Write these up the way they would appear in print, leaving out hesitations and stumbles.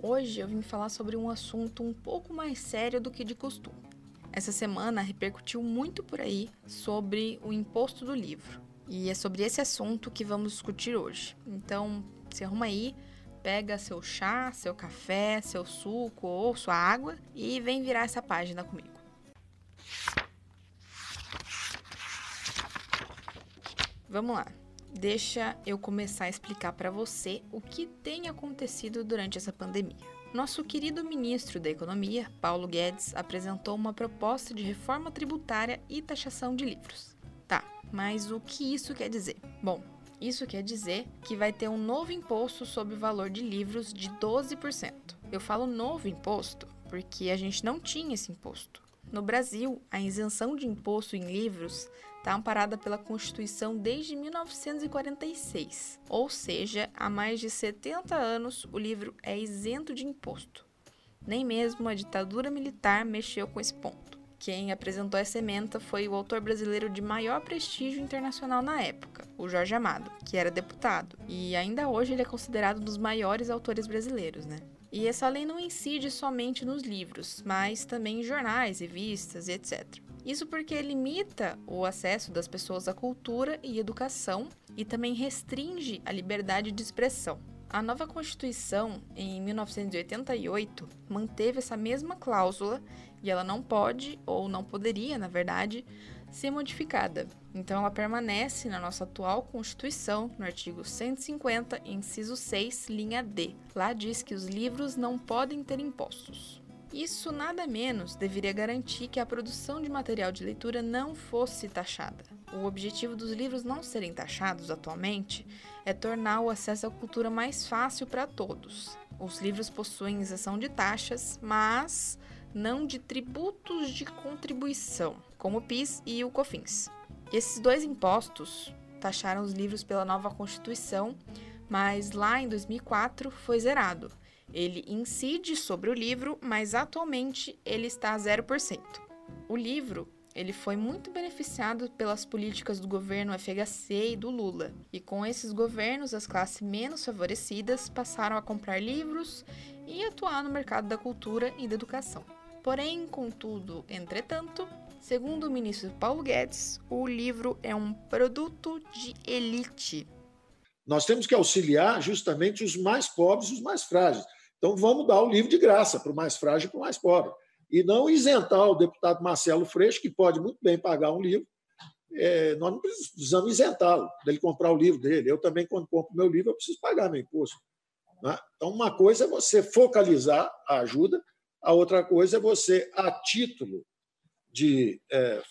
Hoje eu vim falar sobre um assunto um pouco mais sério do que de costume. Essa semana repercutiu muito por aí sobre o imposto do livro. E é sobre esse assunto que vamos discutir hoje. Então, se arruma aí, pega seu chá, seu café, seu suco ou sua água e vem virar essa página comigo. Vamos lá. Deixa eu começar a explicar para você o que tem acontecido durante essa pandemia. Nosso querido ministro da Economia, Paulo Guedes, apresentou uma proposta de reforma tributária e taxação de livros. Tá, mas o que isso quer dizer? Bom, isso quer dizer que vai ter um novo imposto sobre o valor de livros de 12%. Eu falo novo imposto porque a gente não tinha esse imposto. No Brasil, a isenção de imposto em livros está amparada pela Constituição desde 1946, ou seja, há mais de 70 anos o livro é isento de imposto. Nem mesmo a ditadura militar mexeu com esse ponto. Quem apresentou essa ementa foi o autor brasileiro de maior prestígio internacional na época, o Jorge Amado, que era deputado, e ainda hoje ele é considerado um dos maiores autores brasileiros, né? E essa lei não incide somente nos livros, mas também em jornais, revistas e etc. Isso porque limita o acesso das pessoas à cultura e educação e também restringe a liberdade de expressão. A nova Constituição, em 1988, manteve essa mesma cláusula e ela não pode, ou não poderia, na verdade, ser modificada. Então ela permanece na nossa atual Constituição, no artigo 150, inciso 6, linha D. Lá diz que os livros não podem ter impostos. Isso nada menos deveria garantir que a produção de material de leitura não fosse taxada. O objetivo dos livros não serem taxados atualmente é tornar o acesso à cultura mais fácil para todos. Os livros possuem isenção de taxas, mas não de tributos de contribuição, como o PIS e o COFINS. Esses dois impostos taxaram os livros pela nova Constituição, mas lá em 2004 foi zerado. Ele incide sobre o livro, mas atualmente ele está a 0%. O livro ele foi muito beneficiado pelas políticas do governo FHC e do Lula. E com esses governos, as classes menos favorecidas passaram a comprar livros e atuar no mercado da cultura e da educação. Porém, contudo, entretanto, segundo o ministro Paulo Guedes, o livro é um produto de elite. Nós temos que auxiliar justamente os mais pobres e os mais frágeis. Então, vamos dar o livro de graça para o mais frágil e para o mais pobre. E não isentar o deputado Marcelo Freixo, que pode muito bem pagar um livro. Nós não precisamos isentá-lo, dele comprar o livro dele. Eu também, quando compro meu livro, eu preciso pagar meu imposto. Né? Então, uma coisa é você focalizar a ajuda, a outra coisa é você, a título de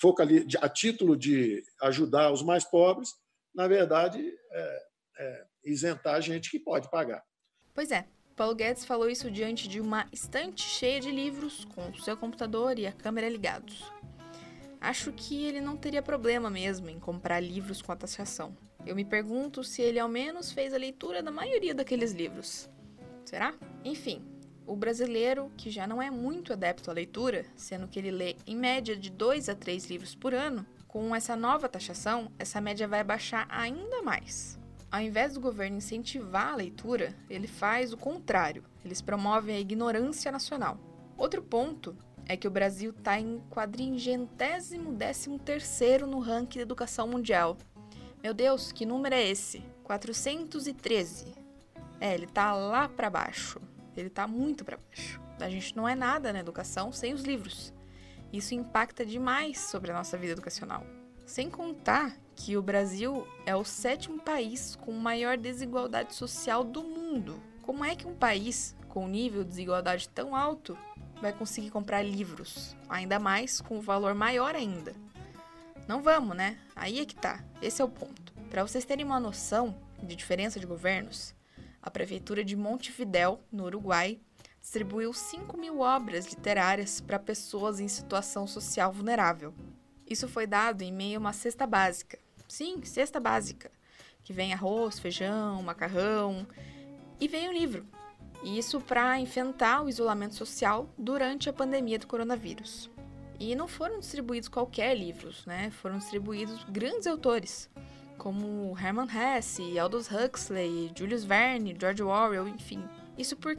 ajudar os mais pobres, na verdade, isentar a gente que pode pagar. Pois é. Paulo Guedes falou isso diante de uma estante cheia de livros, com o seu computador e a câmera ligados. Acho que ele não teria problema mesmo em comprar livros com a taxação. Eu me pergunto se ele ao menos fez a leitura da maioria daqueles livros. Será? Enfim, o brasileiro, que já não é muito adepto à leitura, sendo que ele lê em média de 2 a 3 livros por ano, com essa nova taxação, essa média vai baixar ainda mais. Ao invés do governo incentivar a leitura, ele faz o contrário. Eles promovem a ignorância nacional. Outro ponto é que o Brasil está em 413º no ranking de educação mundial. Meu Deus, que número é esse? 413. Ele está lá para baixo. Ele está muito para baixo. A gente não é nada na educação sem os livros. Isso impacta demais sobre a nossa vida educacional. Sem contar que o Brasil é o 7º país com maior desigualdade social do mundo. Como é que um país com um nível de desigualdade tão alto vai conseguir comprar livros, ainda mais com um valor maior ainda? Não vamos, né? Aí é que tá. Esse é o ponto. Para vocês terem uma noção de diferença de governos, a Prefeitura de Montevidéu, no Uruguai, distribuiu 5.000 obras literárias para pessoas em situação social vulnerável. Isso foi dado em meio a uma cesta básica. Sim, cesta básica. Que vem arroz, feijão, macarrão e vem um livro. E isso para enfrentar o isolamento social durante a pandemia do coronavírus. E não foram distribuídos qualquer livros, né? Foram distribuídos grandes autores, como Hermann Hesse, Aldous Huxley, Julius Verne, George Orwell, enfim. Isso por quê?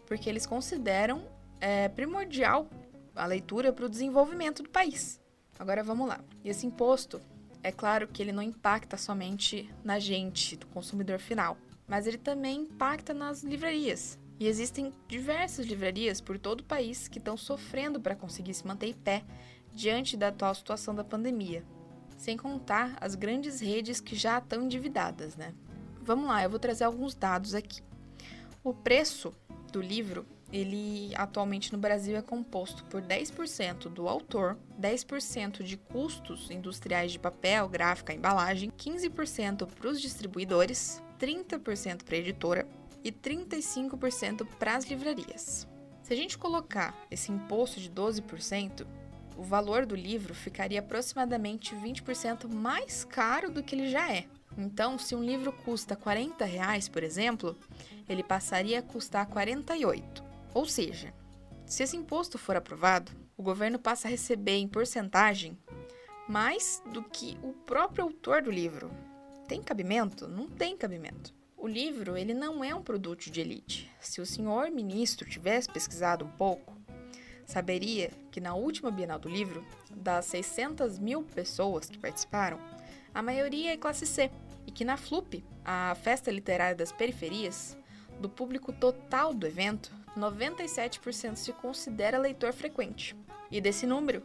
porque eles consideram primordial a leitura para o desenvolvimento do país. Agora vamos lá. E esse imposto, é claro que ele não impacta somente na gente, do consumidor final, mas ele também impacta nas livrarias. E existem diversas livrarias por todo o país que estão sofrendo para conseguir se manter em pé diante da atual situação da pandemia. Sem contar as grandes redes que já estão endividadas, né? Vamos lá, eu vou trazer alguns dados aqui. O preço do livro, ele atualmente no Brasil é composto por 10% do autor, 10% de custos industriais de papel, gráfica, embalagem, 15% para os distribuidores, 30% para a editora e 35% para as livrarias. Se a gente colocar esse imposto de 12%, o valor do livro ficaria aproximadamente 20% mais caro do que ele já é. Então, se um livro custa R$40, por exemplo, ele passaria a custar R$48. Ou seja, se esse imposto for aprovado, o governo passa a receber em porcentagem mais do que o próprio autor do livro. Tem cabimento? Não tem cabimento. O livro, ele não é um produto de elite. Se o senhor ministro tivesse pesquisado um pouco, saberia que na última Bienal do Livro, das 600 mil pessoas que participaram, a maioria é classe C, e que na FLUP, a Festa Literária das Periferias, do público total do evento, 97% se considera leitor frequente. E desse número,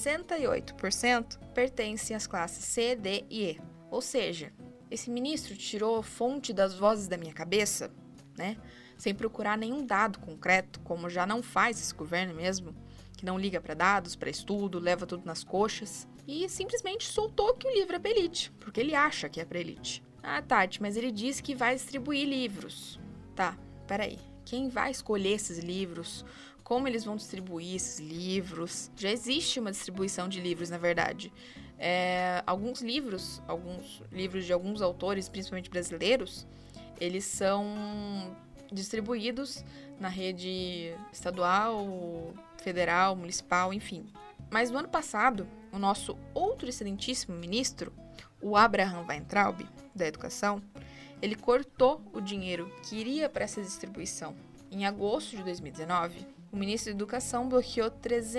68% pertencem às classes C, D e E. Ou seja, esse ministro tirou fonte das vozes da minha cabeça, né? Sem procurar nenhum dado concreto, como já não faz esse governo mesmo, que não liga para dados, para estudo, leva tudo nas coxas, e simplesmente soltou que o livro é para elite, porque ele acha que é para elite. Ah, Tati, mas ele disse que vai distribuir livros. Tá, peraí. Quem vai escolher esses livros? Como eles vão distribuir esses livros? Já existe uma distribuição de livros, na verdade. Alguns livros de alguns autores, principalmente brasileiros, eles são distribuídos na rede estadual, federal, municipal, enfim. Mas no ano passado, o nosso outro excelentíssimo ministro, o Abraham Weintraub, da Educação, ele cortou o dinheiro que iria para essa distribuição. Em agosto de 2019, o ministro da Educação bloqueou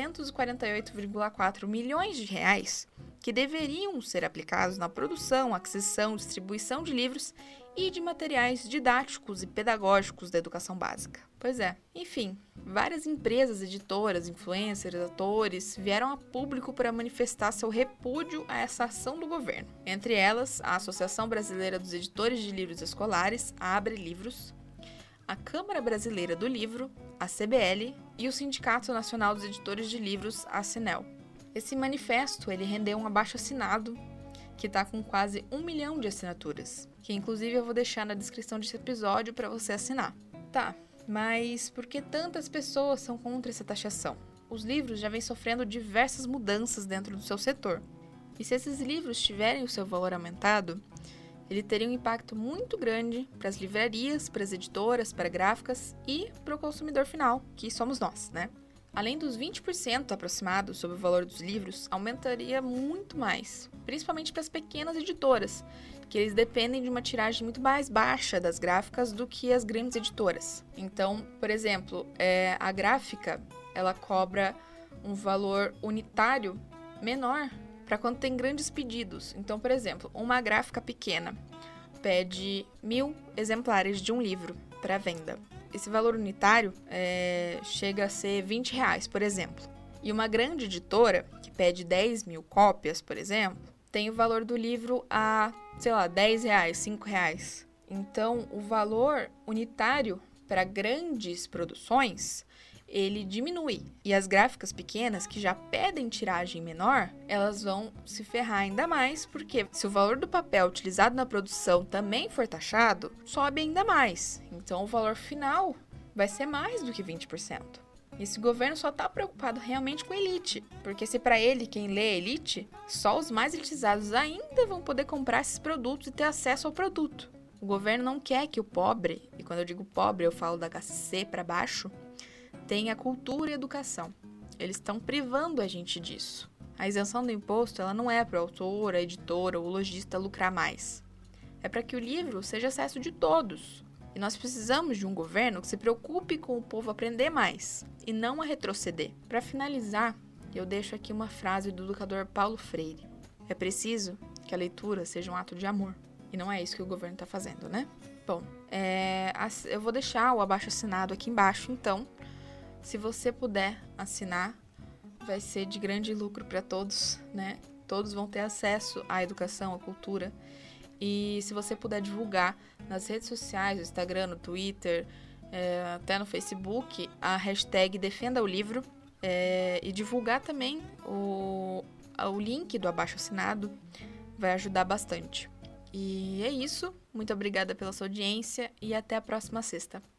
348,4 milhões de reais que deveriam ser aplicados na produção, aquisição, distribuição de livros e de materiais didáticos e pedagógicos da educação básica. Pois é. Enfim, várias empresas, editoras, influencers, atores vieram a público para manifestar seu repúdio a essa ação do governo. Entre elas, a Associação Brasileira dos Editores de Livros Escolares, a Abre Livros, a Câmara Brasileira do Livro, a CBL, e o Sindicato Nacional dos Editores de Livros, a Cinel. Esse manifesto ele rendeu um abaixo-assinado que está com quase 1 milhão de assinaturas, que inclusive eu vou deixar na descrição desse episódio para você assinar. Tá, mas por que tantas pessoas são contra essa taxação? Os livros já vêm sofrendo diversas mudanças dentro do seu setor. E se esses livros tiverem o seu valor aumentado, ele teria um impacto muito grande para as livrarias, para as editoras, para gráficas e para o consumidor final, que somos nós, né? Além dos 20% aproximados sobre o valor dos livros, aumentaria muito mais, principalmente para as pequenas editoras, que eles dependem de uma tiragem muito mais baixa das gráficas do que as grandes editoras. Então, por exemplo, a gráfica, ela cobra um valor unitário menor para quando tem grandes pedidos. Então, por exemplo, uma gráfica pequena pede 1.000 exemplares de um livro para venda. Esse valor unitário chega a ser R$20, por exemplo. E uma grande editora, que pede 10.000 cópias, por exemplo, tem o valor do livro a, sei lá, R$10, R$5. Então, o valor unitário para grandes produções, ele diminui. E as gráficas pequenas, que já pedem tiragem menor, elas vão se ferrar ainda mais, porque se o valor do papel utilizado na produção também for taxado, sobe ainda mais. Então, o valor final vai ser mais do que 20%. Esse governo só está preocupado realmente com a elite, porque se para ele, quem lê é elite, só os mais elitizados ainda vão poder comprar esses produtos e ter acesso ao produto. O governo não quer que o pobre, e quando eu digo pobre eu falo da classe C para baixo, tenha cultura e educação. Eles estão privando a gente disso. A isenção do imposto ela não é para o autor, a editora ou o lojista lucrar mais. É para que o livro seja acesso de todos. E nós precisamos de um governo que se preocupe com o povo aprender mais e não a retroceder. Para finalizar, eu deixo aqui uma frase do educador Paulo Freire. É preciso que a leitura seja um ato de amor. E não é isso que o governo está fazendo, né? Bom, eu vou deixar o abaixo-assinado aqui embaixo, então, se você puder assinar, vai ser de grande lucro para todos, né? Todos vão ter acesso à educação, à cultura. E se você puder divulgar nas redes sociais, no Instagram, no Twitter, até no Facebook, a hashtag Defenda o Livro, e divulgar também o link do abaixo-assinado, vai ajudar bastante. E é isso. Muito obrigada pela sua audiência e até a próxima sexta.